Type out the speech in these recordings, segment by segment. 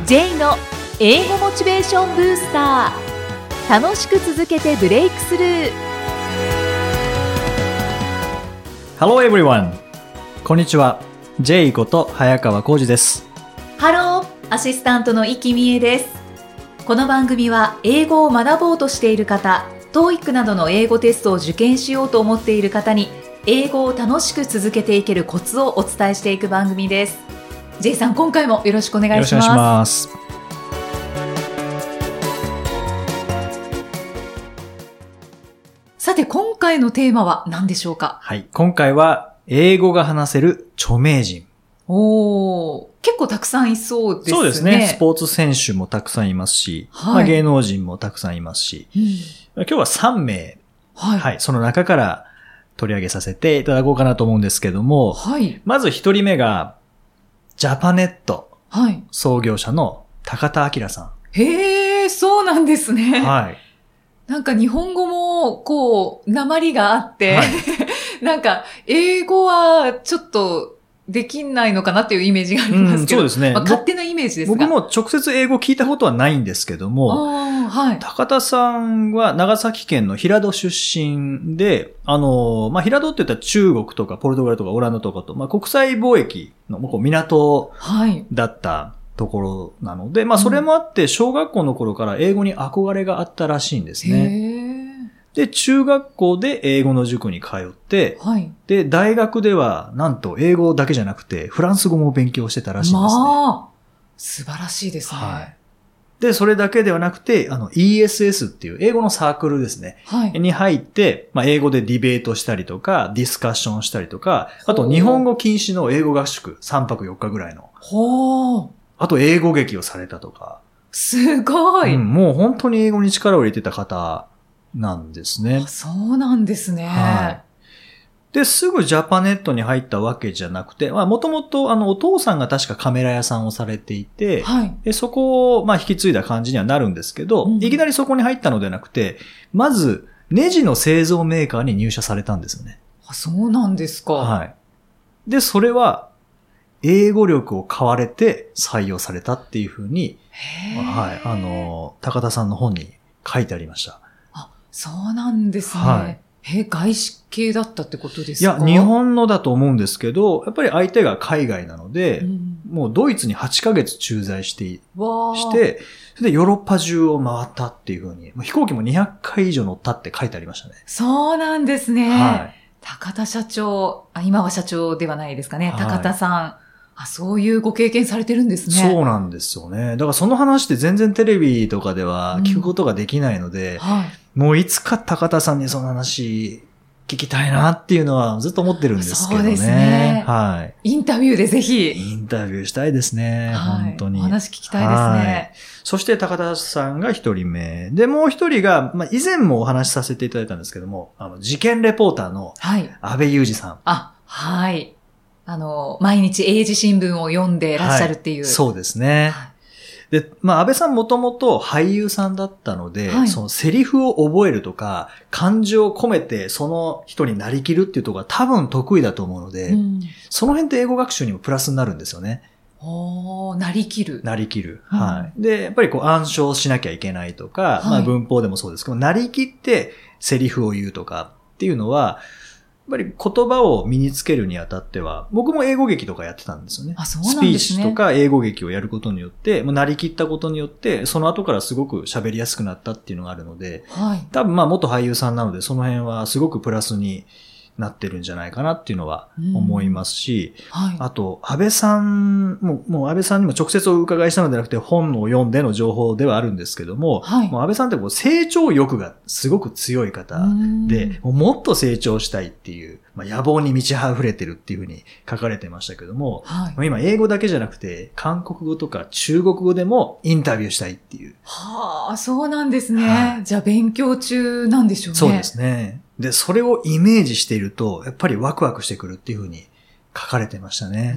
J の英語モチベーションブースター。楽しく続けてブレイクスルー。 Hello everyone! こんにちは。J こと早川浩二です。 ハロー、アシスタントの生きみえです。この番組は英語を学ぼうとしている方、TOEIC などの英語テストを受験しようと思っている方に英語を楽しく続けていけるコツをお伝えしていく番組です。 J さん、今回もよろしくお願いします。 よろしくお願いします。 さて、今回のテーマは何でしょうか？ はい。今回は英語が話せる著名人。 結構たくさんいそうですね。 そうですね。スポーツ選手もたくさんいますし、 はい、 芸能人もたくさんいますし、今日は3名、はい、その中から取り上げさせていただこうかなと思うんですけども、 はい、 まず1人目がジャパネット創業者の高田明さん。 へー、そうなんですね。 はい。 なんか日本語もこう訛りがあって、はい、なんか英語はちょっとできないのかなっていうイメージがありますけど、 そうですね。 勝手なイメージですが。 僕も直接英語聞いたことはないんですけども、はい、高田さんは長崎県の平戸出身で、平戸って言ったら中国とかポルトガルとかオランダとかと、国際貿易の港だったところなので、それもあって小学校の頃から英語に憧れがあったらしいんですね。で、中学校で英語の塾に通って、はい、で、大学ではなんと英語だけじゃなくてフランス語も勉強してたらしいんですね。 素晴らしいですね。はい。 で、それだけではなくて、ESS っていう英語のサークルですね。はい。に入って、英語でディベートしたりとか、ディスカッションしたりとか、あと日本語禁止の英語合宿3泊4日ぐらいの。あと英語劇をされたとか。 すごい。 もう本当に英語に力を入れてた方なんですね。 そうなんですね。はい。 で、すぐジャパネットに入ったわけじゃなくて、もともとお父さんが確かカメラ屋さんをされていて、はい、でそこを引き継いだ感じにはなるんですけど、いきなりそこに入ったのではなくて、まずネジの製造メーカーに入社されたんですよね。 そうなんですか。 はい。で、それは英語力を買われて採用されたっていうふうに、はい、高田さんの本に書いてありました。 そうなんですね。はい、外資系だったってことですか？ いや、日本のだと思うんですけど、やっぱり相手が海外なので、もうドイツに8ヶ月駐在して、それでヨーロッパ中を回ったっていう風に、飛行機も200回以上乗ったって書いてありましたね。 そうなんですね。はい、高田社長、今は社長ではないですかね。はい、高田さん。そういうご経験されてるんですね。 そうなんですよね。だからその話って全然テレビとかでは聞くことができないので、もういつか高田さんにその話聞きたいなっていうのはずっと思ってるんですけどね。そうですね。はい。 インタビューでぜひ。 インタビューしたいですね。はい、本当に。 お話聞きたいですね。 そして高田さんが一人目。で、もう一人が、以前もお話しさせていただいたんですけども、事件レポーターの安倍裕二さん。 はい。毎日英字新聞を読んでらっしゃるっていう。 そうですね。はい、で、安倍さんもともと俳優さんだったので、そのセリフを覚えるとか、感情を込めてその人になりきるっていうところが多分得意だと思うので、その辺って英語学習にもプラスになるんですよね。 なりきる。 なりきる。はい。で、やっぱり暗唱しなきゃいけないとか、文法でもそうですけど、なりきってセリフを言うとかっていうのは、やっぱり言葉を身につけるにあたっては、僕も英語劇とかやってたんですよね。 そうなんですね。 スピーチとか英語劇をやることによって、なりきったことによって、その後からすごく喋りやすくなったっていうのがあるので、多分元俳優さんなので、その辺はすごくプラスになってるんじゃないかなっていうのは思いますし、あと、安倍さんもう安倍さんにも直接お伺いしたのではなくて、本を読んでの情報ではあるんですけども、もう安倍さんって成長欲がすごく強い方で、もっと成長したいっていう、野望に満ち溢れてるっていうふうに書かれてましたけども、今英語だけじゃなくて、韓国語とか中国語でもインタビューしたいっていう。 そうなんですね。じゃあ勉強中なんでしょうね。 そうですね。で、それをイメージしていると、やっぱりワクワクしてくるっていうふうに書かれてましたね。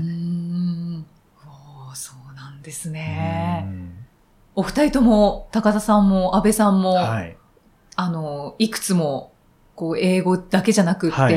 そうなんですね。お二人とも、高田さんも安倍さんも、いくつも、英語だけじゃなくって、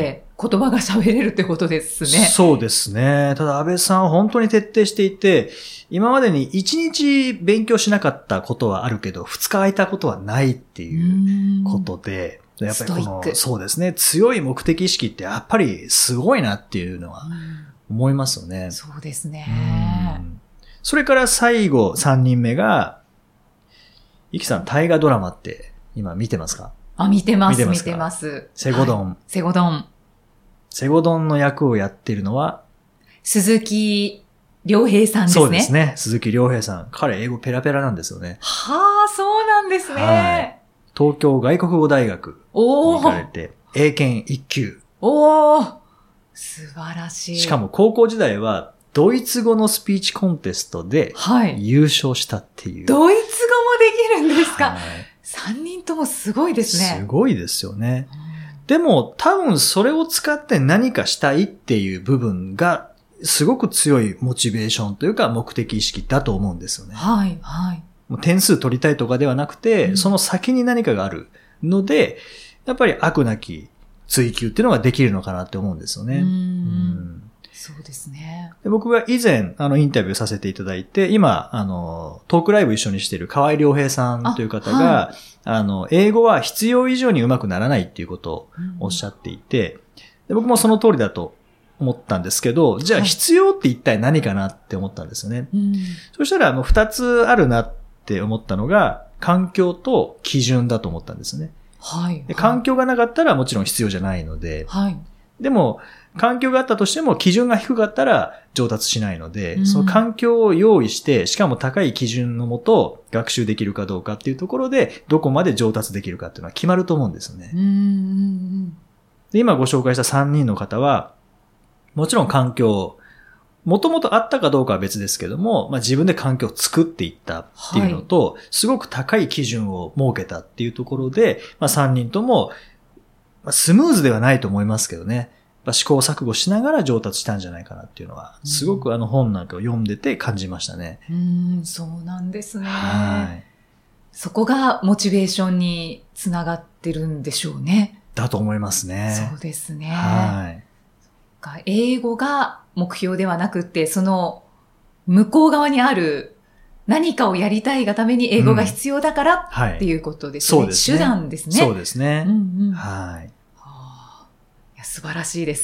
言葉が喋れるってことですね。 そうですね。ただ安倍さんは本当に徹底していて、今までに1日勉強しなかったことはあるけど、2日空いたことはないっていうことで、やっぱりそうですね、強い目的意識ってやっぱりすごいなっていうのは思いますよね。 そうですね。 それから最後3人目が、イキさん大河ドラマって今見てますか？ 見てます。 セゴドン。 はい、セゴドン。 セゴドンの役をやっているのは鈴木亮平さんですね。 そうですね。鈴木亮平さん。彼英語ペラペラなんですよね。 はあ、そうなんですね。はい、 東京外国語大学に行かれて、英検1級。 おー、素晴らしい。 しかも高校時代はドイツ語のスピーチコンテストで優勝したっていう。 ドイツ語もできるんですか？はい、3人ともすごいですね。 すごいですよね。でも多分それを使って何かしたいっていう部分がすごく強いモチベーションというか目的意識だと思うんですよね。 はい、はい。 もう点数取りたいとかではなくて、その先に何かがあるので、やっぱり悪なき追求っていうのができるのかなって思うんですよね。 そうですね。 で僕が以前、インタビューさせていただいて、今、トークライブ一緒にしている河合良平さんという方が、はい、英語は必要以上に上手くならないっていうことをおっしゃっていて、で僕もその通りだと思ったんですけど、じゃあ必要って一体何かなって思ったんですよね。そしたら、二つあるなって思ったのが、環境と基準だと思ったんですね。はい。で環境がなかったらもちろん必要じゃないので、はい。でも、環境があったとしても基準が低かったら上達しないので、その環境を用意して、しかも高い基準のもと学習できるかどうかっていうところで、どこまで上達できるかっていうのは決まると思うんですよね。で今ご紹介した3人の方は、もちろん環境、もともとあったかどうかは別ですけども、自分で環境を作っていったっていうのと、はい、すごく高い基準を設けたっていうところで、3人とも、スムーズではないと思いますけどね。試行錯誤しながら上達したんじゃないかなっていうのは、すごく本なんかを読んでて感じましたね。 そうなんですね。 はい。 そこがモチベーションにつながってるんでしょうね。 だと思いますね。 そうですね。 はい。 英語が目標ではなくって、その向こう側にある何かをやりたいがために英語が必要だからっていうことですね。はい、そうですね。手段ですね。 そうですね。 はい。素晴らしいです。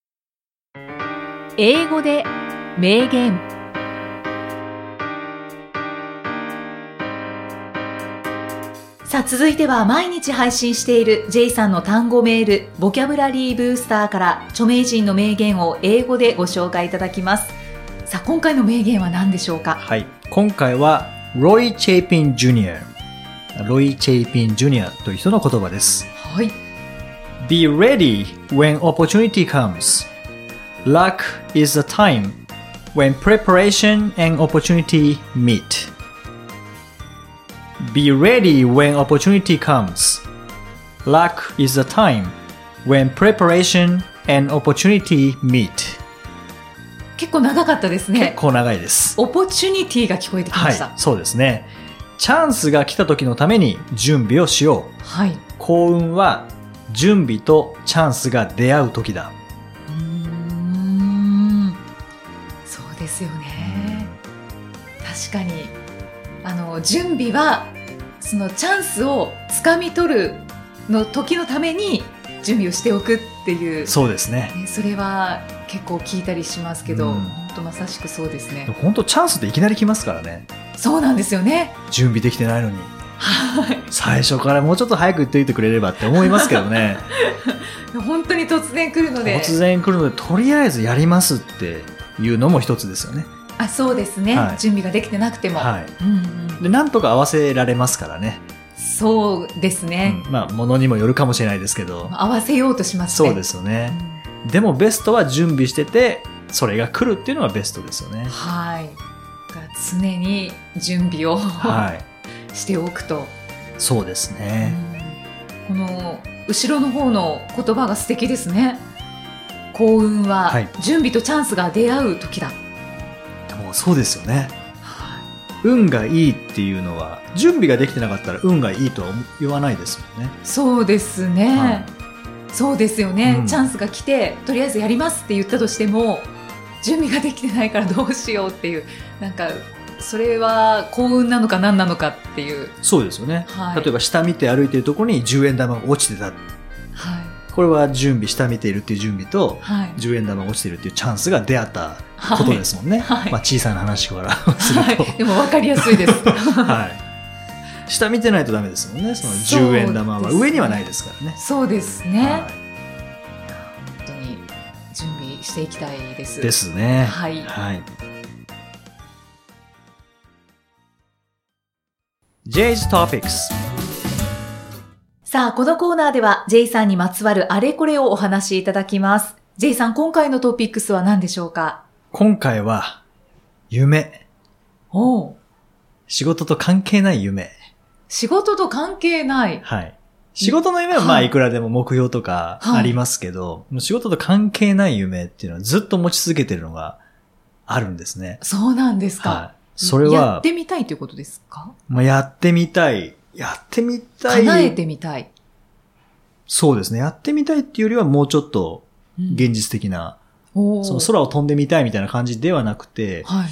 英語で名言。 さあ続いては毎日配信している J さんの単語メールボキャブラリーブースターから著名人の名言を英語でご紹介いただきます。さあ今回の名言は何でしょうか？ はい、今回はロイ・チェイピン・ジュニアという人の言葉です。 はい。 Be ready when opportunity comes. Luck is the time when preparation and opportunity meet. Be ready when opportunity comes. Luck is the time when preparation and opportunity meet. 結構長かったですね。 結構長いです。 オポチュニティが聞こえてきました。 はい、そうですね。チャンスが来た時のために準備をしよう。 はい。 幸運は準備とチャンスが出会う時だ。 そうですよね。確かに準備はそのチャンスをつかみ取るの時のために準備をしておくっていう。 そうですね。 それは結構聞いたりしますけど、本当まさしくそうですね。 本当チャンスっていきなり来ますからね。 そうなんですよね。 準備できてないのに。 はい、 最初からもうちょっと早く言っておいてくれればって思いますけどね。 本当に突然来るのでとりあえずやりますっていうのも一つですよね。 そうですね、はい、準備ができてなくても、 はいでなんとか合わせられますからね。 そうですね、 ものにもよるかもしれないですけど合わせようとしますね。 そうですよね、でもベストは準備しててそれが来るっていうのがベストですよね。 はい。常に準備を、しておくと。 そうですね、 この後ろの方の言葉が素敵ですね。幸運は準備とチャンスが出会う時だ。 でもそうですよね、運がいいっていうのは準備ができてなかったら運がいいとは言わないですもんね。 そうですね、 そうですよね、チャンスが来てとりあえずやりますって言ったとしても準備ができてないからどうしようっていう、なんかそれは幸運なのか何なのかっていう。 そうですよね、 はい、 例えば下見て歩いてるところに10円玉が落ちてた、はい、これは準備、下見ているっていう準備と、はい、10円玉が落ちているっていうチャンスが出会ったことですもんね、はい、まあ、小さな話からすると、 はい、でも分かりやすいです、 はい、下見てないとダメですもんね。その10円玉は上にはないですからね。 そうですね、 はい、 本当に準備していきたいですですね。 はい、 はい、J's Topics。 さあ、このコーナーでは J さんにまつわるあれこれをお話しいただきます。 J さん、今回のトピックスは何でしょうか？ 今回は夢。仕事と関係ない夢。 仕事と関係ない。 はい。仕事の夢はまあいくらでも目標とかありますけど、はい、仕事と関係ない夢っていうのはずっと持ち続けてるのがあるんですね。 そうなんですか。 はい。それは。 やってみたいということですか？ まあ、やってみたい。 叶えてみたい。 そうですね。やってみたいっていうよりはもうちょっと現実的な、その空を飛んでみたいみたいな感じではなくて、はい、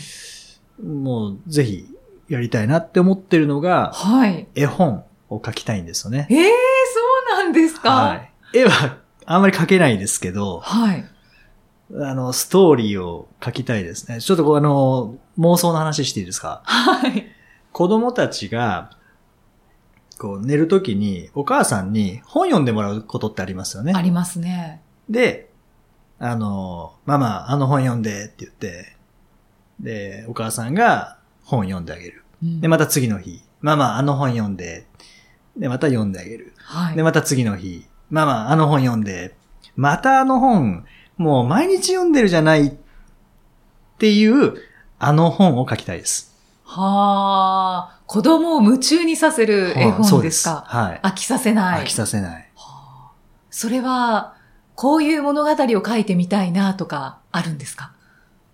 もうぜひやりたいなって思ってるのが、はい、絵本を描きたいんですよね。 そうなんですか？ はい。絵はあんまり描けないですけど、はい。ストーリーを書きたいですね。ちょっと妄想の話していいですか？はい。子供たちが、寝るときにお母さんに本読んでもらうことってありますよね。 ありますね。 で、ママ、本読んでって言って、で、お母さんが本読んであげる。うん、で、また次の日、ママ、本読んで、で、また読んであげる。はい。で、また次の日、ママ、本読んで、また本、もう毎日読んでるじゃないっていう本を書きたいです。 はあ、子供を夢中にさせる絵本ですか？ はい。 飽きさせない。 飽きさせない。 はあ、それは、こういう物語を書いてみたいなとかあるんですか？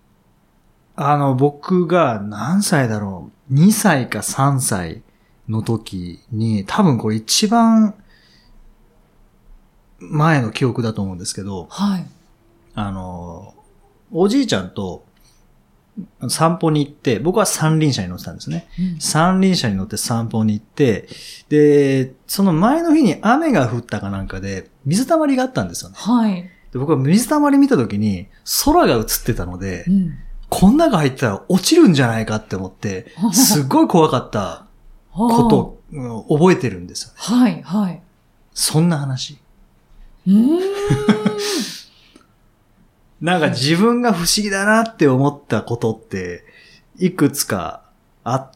僕が何歳だろう、2歳か3歳の時に、多分これ一番前の記憶だと思うんですけど、はい。おじいちゃんと散歩に行って、僕は三輪車に乗ってたんですね。うん、三輪車に乗って散歩に行って、で、その前の日に雨が降ったかなんかで、水たまりがあったんですよね。はい。で、僕は水たまり見たときに、空が映ってたので、うん、こん中入ったら落ちるんじゃないかって思って、すっごい怖かったことを覚えてるんですよね。はい、はい。そんな話。なんか自分が不思議だなって思ったことっていくつかあって、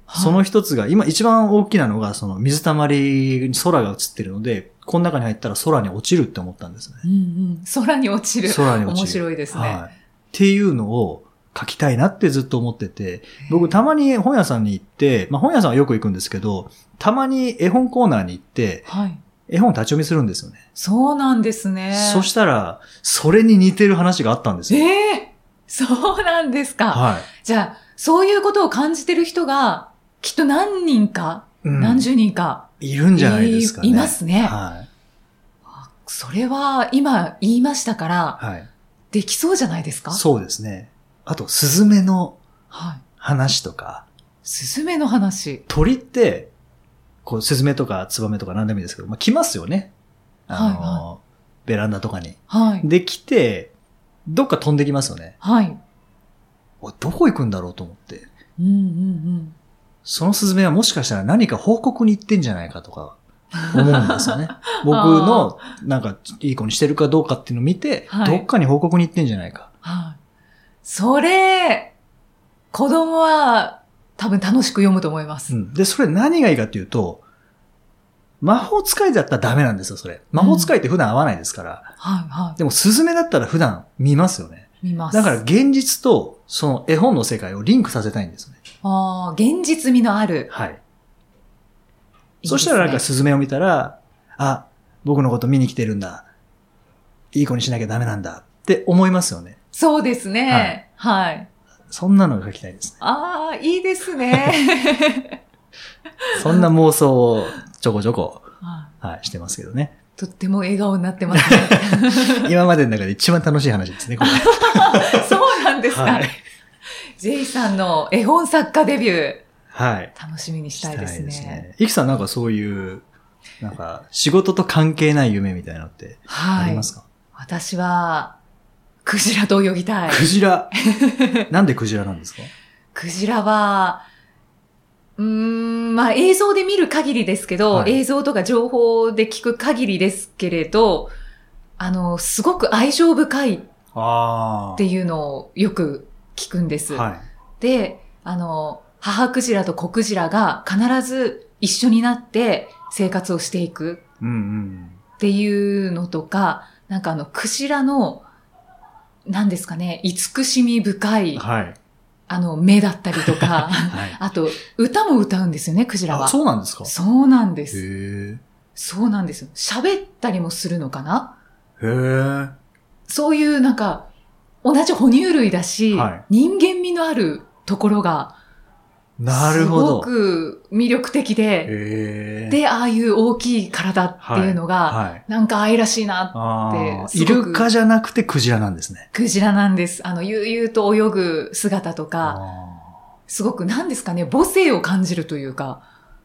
その一つが今一番大きなのがその水たまりに空が映ってるので、この中に入ったら空に落ちるって思ったんですね。うんうん、 空に落ちる。 空に落ちる。 面白いですね。 はい。っていうのを書きたいなってずっと思ってて、僕たまに本屋さんに行って、まあ本屋さんはよく行くんですけど、たまに絵本コーナーに行って、はい。絵本立ち読みするんですよね。 そうなんですね。 そしたら、それに似てる話があったんですよ。 そうなんですか。はい。じゃあ、そういうことを感じてる人が、きっと何人か、何十人か。 いるんじゃないですかね。 いますね。はい。それは、今言いましたから、はい。できそうじゃないですか？ そうですね。あと、スズメの話とか。はい、 スズメの話。 鳥って、スズメとかツバメとか何でもいいですけど、まあ、来ますよね。ベランダとかに。はい。で、来て、どっか飛んできますよね。はい。どこ行くんだろうと思って。うんうんうん。そのスズメはもしかしたら何か報告に行ってんじゃないかとか思うんですよね。僕の、なんか、いい子にしてるかどうかっていうのを見て、はい、どっかに報告に行ってんじゃないか。はい。 それ、子供は、多分楽しく読むと思います。 うん。で、それ何がいいかっていうと、魔法使いだったらダメなんですよ、それ。魔法使いって普段会わないですから。はいはい。でも、スズメだったら普段見ますよね。 見ます。 だから現実と、その絵本の世界をリンクさせたいんですね。 ああ、現実味のある。 はい。いいですね。そしたらなんかスズメを見たら、あ、僕のこと見に来てるんだ。いい子にしなきゃダメなんだって思いますよね。 そうですね。はい。はい。 そんなのが書きたいですね。 ああ、いいですね。 そんな妄想をちょこちょこ、はい、してますけどね。 とっても笑顔になってますね。 今までの中で一番楽しい話ですね、これ。 そうなんですか。はい、J さんの絵本作家デビュー。 はい。 楽しみにしたいですね。 イキさんなんかそういう、なんか仕事と関係ない夢みたいなのってありますか？ はい、私は、クジラと泳ぎたい。 クジラなんでクジラなんですか？ クジラは、まあ映像で見る限りですけど、はい、映像とか情報で聞く限りですけれど、すごく愛情深いっていうのをよく聞くんです。はい、で、母クジラと子クジラが必ず一緒になって生活をしていくっていうのとか、なんかクジラの、何ですかね、慈しみ深い、はい、目だったりとか、はい、あと、歌も歌うんですよね、クジラは。 あ、そうなんですか？ そうなんです。 へー。 そうなんですよ。喋ったりもするのかな？ へー。 そういうなんか、同じ哺乳類だし、はい、人間味のあるところが、 なるほど。 すごく魅力的で、で、ああいう大きい体っていうのが、はいはい、なんか愛らしいなって。 イルカじゃなくてクジラなんですね。 クジラなんです。悠々と泳ぐ姿とか、すごく何ですかね、母性を感じるというか。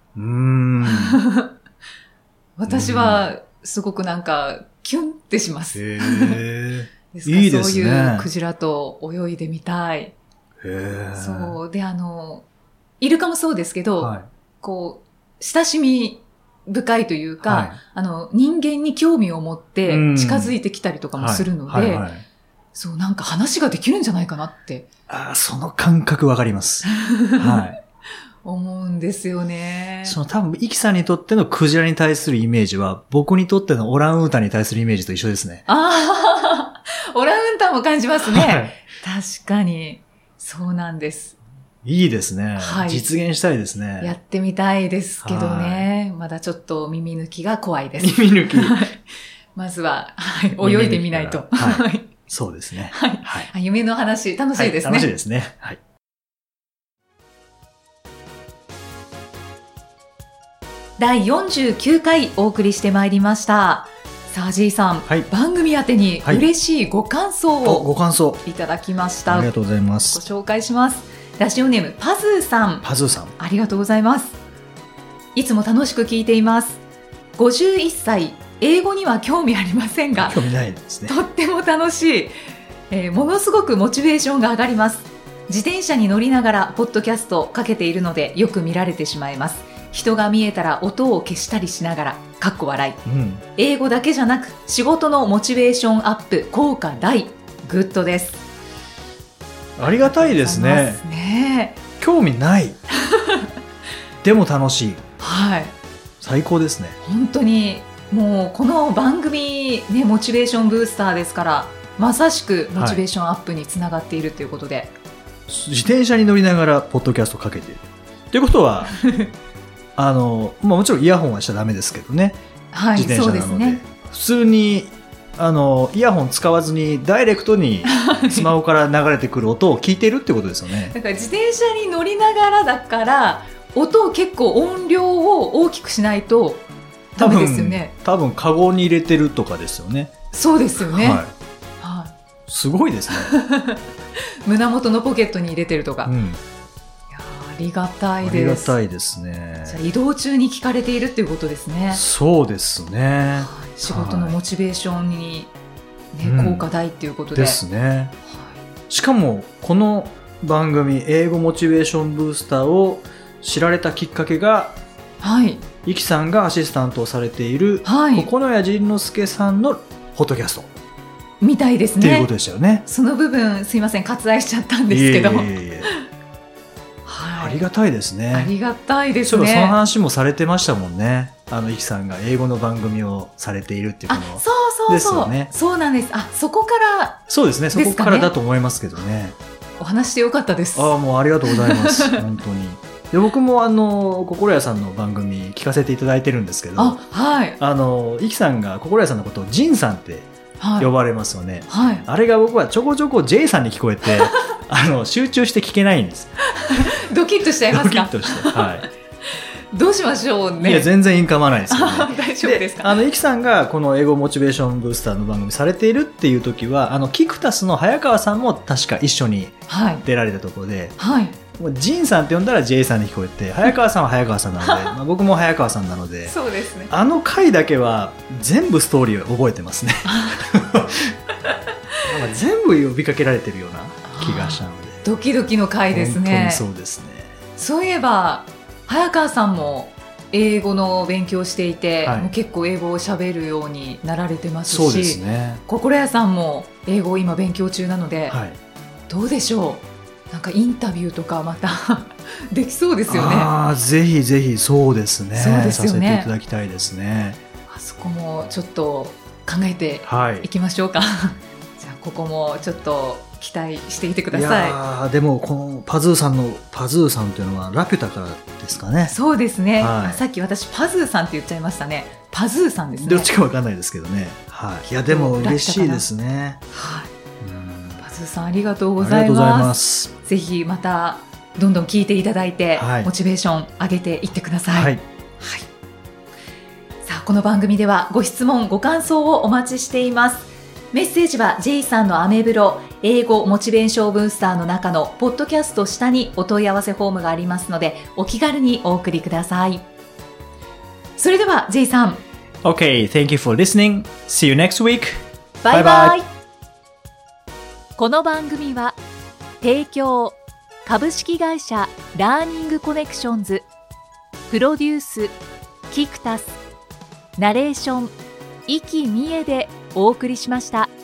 私は、すごくなんか、キュンってします。ですからいいですね。そういうクジラと泳いでみたい。そう。で、イルカもそうですけど、はい、こう、親しみ深いというか、はい、人間に興味を持って近づいてきたりとかもするので、そう、なんか話ができるんじゃないかなって。 その感覚わかります。はい。 思うんですよね。 多分、イキさんにとってのクジラに対するイメージは、僕にとってのオランウータンに対するイメージと一緒ですね。 オランウータンも感じますね。はい、確かに。そうなんです。 いいですね、はい。実現したいですね。 やってみたいですけどね。はい、まだちょっと耳抜きが怖いです。 耳抜きまずは、はい、泳いでみないと。 はい。そうですね。 はい。はい、夢の話、楽しいですね。 楽しいですね。はい。 第49回お送りしてまいりました。さあ、J さん、はい、番組宛てに嬉しいご感想を、 ご感想いただきました。 ありがとうございます。 ご紹介します。ラジオネームパズーさん。 パズーさん。 ありがとうございます。いつも楽しく聞いています。51歳、英語には興味ありませんが、 興味ないですね。 とっても楽しい、ものすごくモチベーションが上がります。自転車に乗りながらポッドキャストをかけているのでよく見られてしまいます。人が見えたら音を消したりしながら、かっこ笑い、英語だけじゃなく仕事のモチベーションアップ効果大、グッドです。 ありがたいですね。興味ないでも楽しい。 はい、 最高ですね。 本当にもうこの番組ね、モチベーションブースターですから、まさしくモチベーションアップにつながっているということで、 自転車に乗りながらポッドキャストかけているということはもちろんイヤホンはしちゃダメですけどね、 はい、 自転車なので、 そうですね、 普通にイヤホン使わずにダイレクトにスマホから流れてくる音を聞いているってことですよね。 だから自転車に乗りながらだから音を結構音量を大きくしないとダメですよね。 多分カゴに入れてるとかですよね。 そうですよね、 はい、すごいですね。 胸元のポケットに入れてるとか、ありがたいです。 ありがたいですね。 じゃあ移動中に聞かれているっていうことですね。 そうですね。 仕事のモチベーションに、効果大っていうことで。 ですね。しかもこの番組英語モチベーションブースターを知られたきっかけが、イキさんがアシスタントをされている、九谷仁之助さんのポッドキャストみたいですね。 っていうことでしたよね。 その部分すいません、割愛しちゃったんですけど。 ありがたいですね。 ありがたいですね。 その話もされてましたもんね。イキさんが英語の番組をされているっていうのそうですよね。そうなんです。そこからそうですね。そこからだと思いますけどね。 お話してよかったです。 もうありがとうございます。本当に。で僕も心屋さんの番組聞かせていただいてるんですけど、イキさんが心屋さんのことをジンさんって呼ばれますよね。あれが僕はちょこちょこ J さんに聞こえて集中して聞けないんです。 ドキッとしちゃいますか。 ドキッとして、 どうしましょうね。 いや、全然構わないですよね。 大丈夫ですか。 イキさんがこの英語モチベーションブースターの番組されているっていう時は、キクタスの早川さんも確か一緒に出られたところで、 はい。 もうジンさんって呼んだら J さんに聞こえて、早川さんは早川さんなので、まあ僕も早川さんなので、 そうですね。 回だけは全部ストーリーを覚えてますね。全部呼びかけられてるような気がしたので。 ドキドキの回ですね。 本当にそうですね。 そういえば、早川さんも英語の勉強していて、もう結構英語を喋るようになられてますし、 そうですね。 心屋さんも英語を今勉強中なので、どうでしょう、なんかインタビューとかまたできそうですよね。 ぜひぜひそうですね。 そうですよね。 させていただきたいですね。 あそこもちょっと考えていきましょうか。じゃあここもちょっと期待していてください。 いやでもこのパズーさんというのはラピュタからですかね。 そうですね。さっき私パズーさんって言っちゃいましたね。パズーさんですね。 どっちかわかんないですけどね。いやでも嬉しいですね。 パズーさんありがとうございます。ぜひまたどんどん聞いていただいて、モチベーション上げていってください。さあこの番組ではご質問ご感想をお待ちしています。メッセージは J さんのアメブロ英語モチベーションブースターの中のポッドキャスト下にお問い合わせフォームがありますので、お気軽にお送りください。それでは J さん。 Okay, thank you for listening. See you next week. バイバイ。 この番組は提供株式会社ラーニングコネクションズ、プロデュースキクタス、ナレーション生きみえでお送りしました。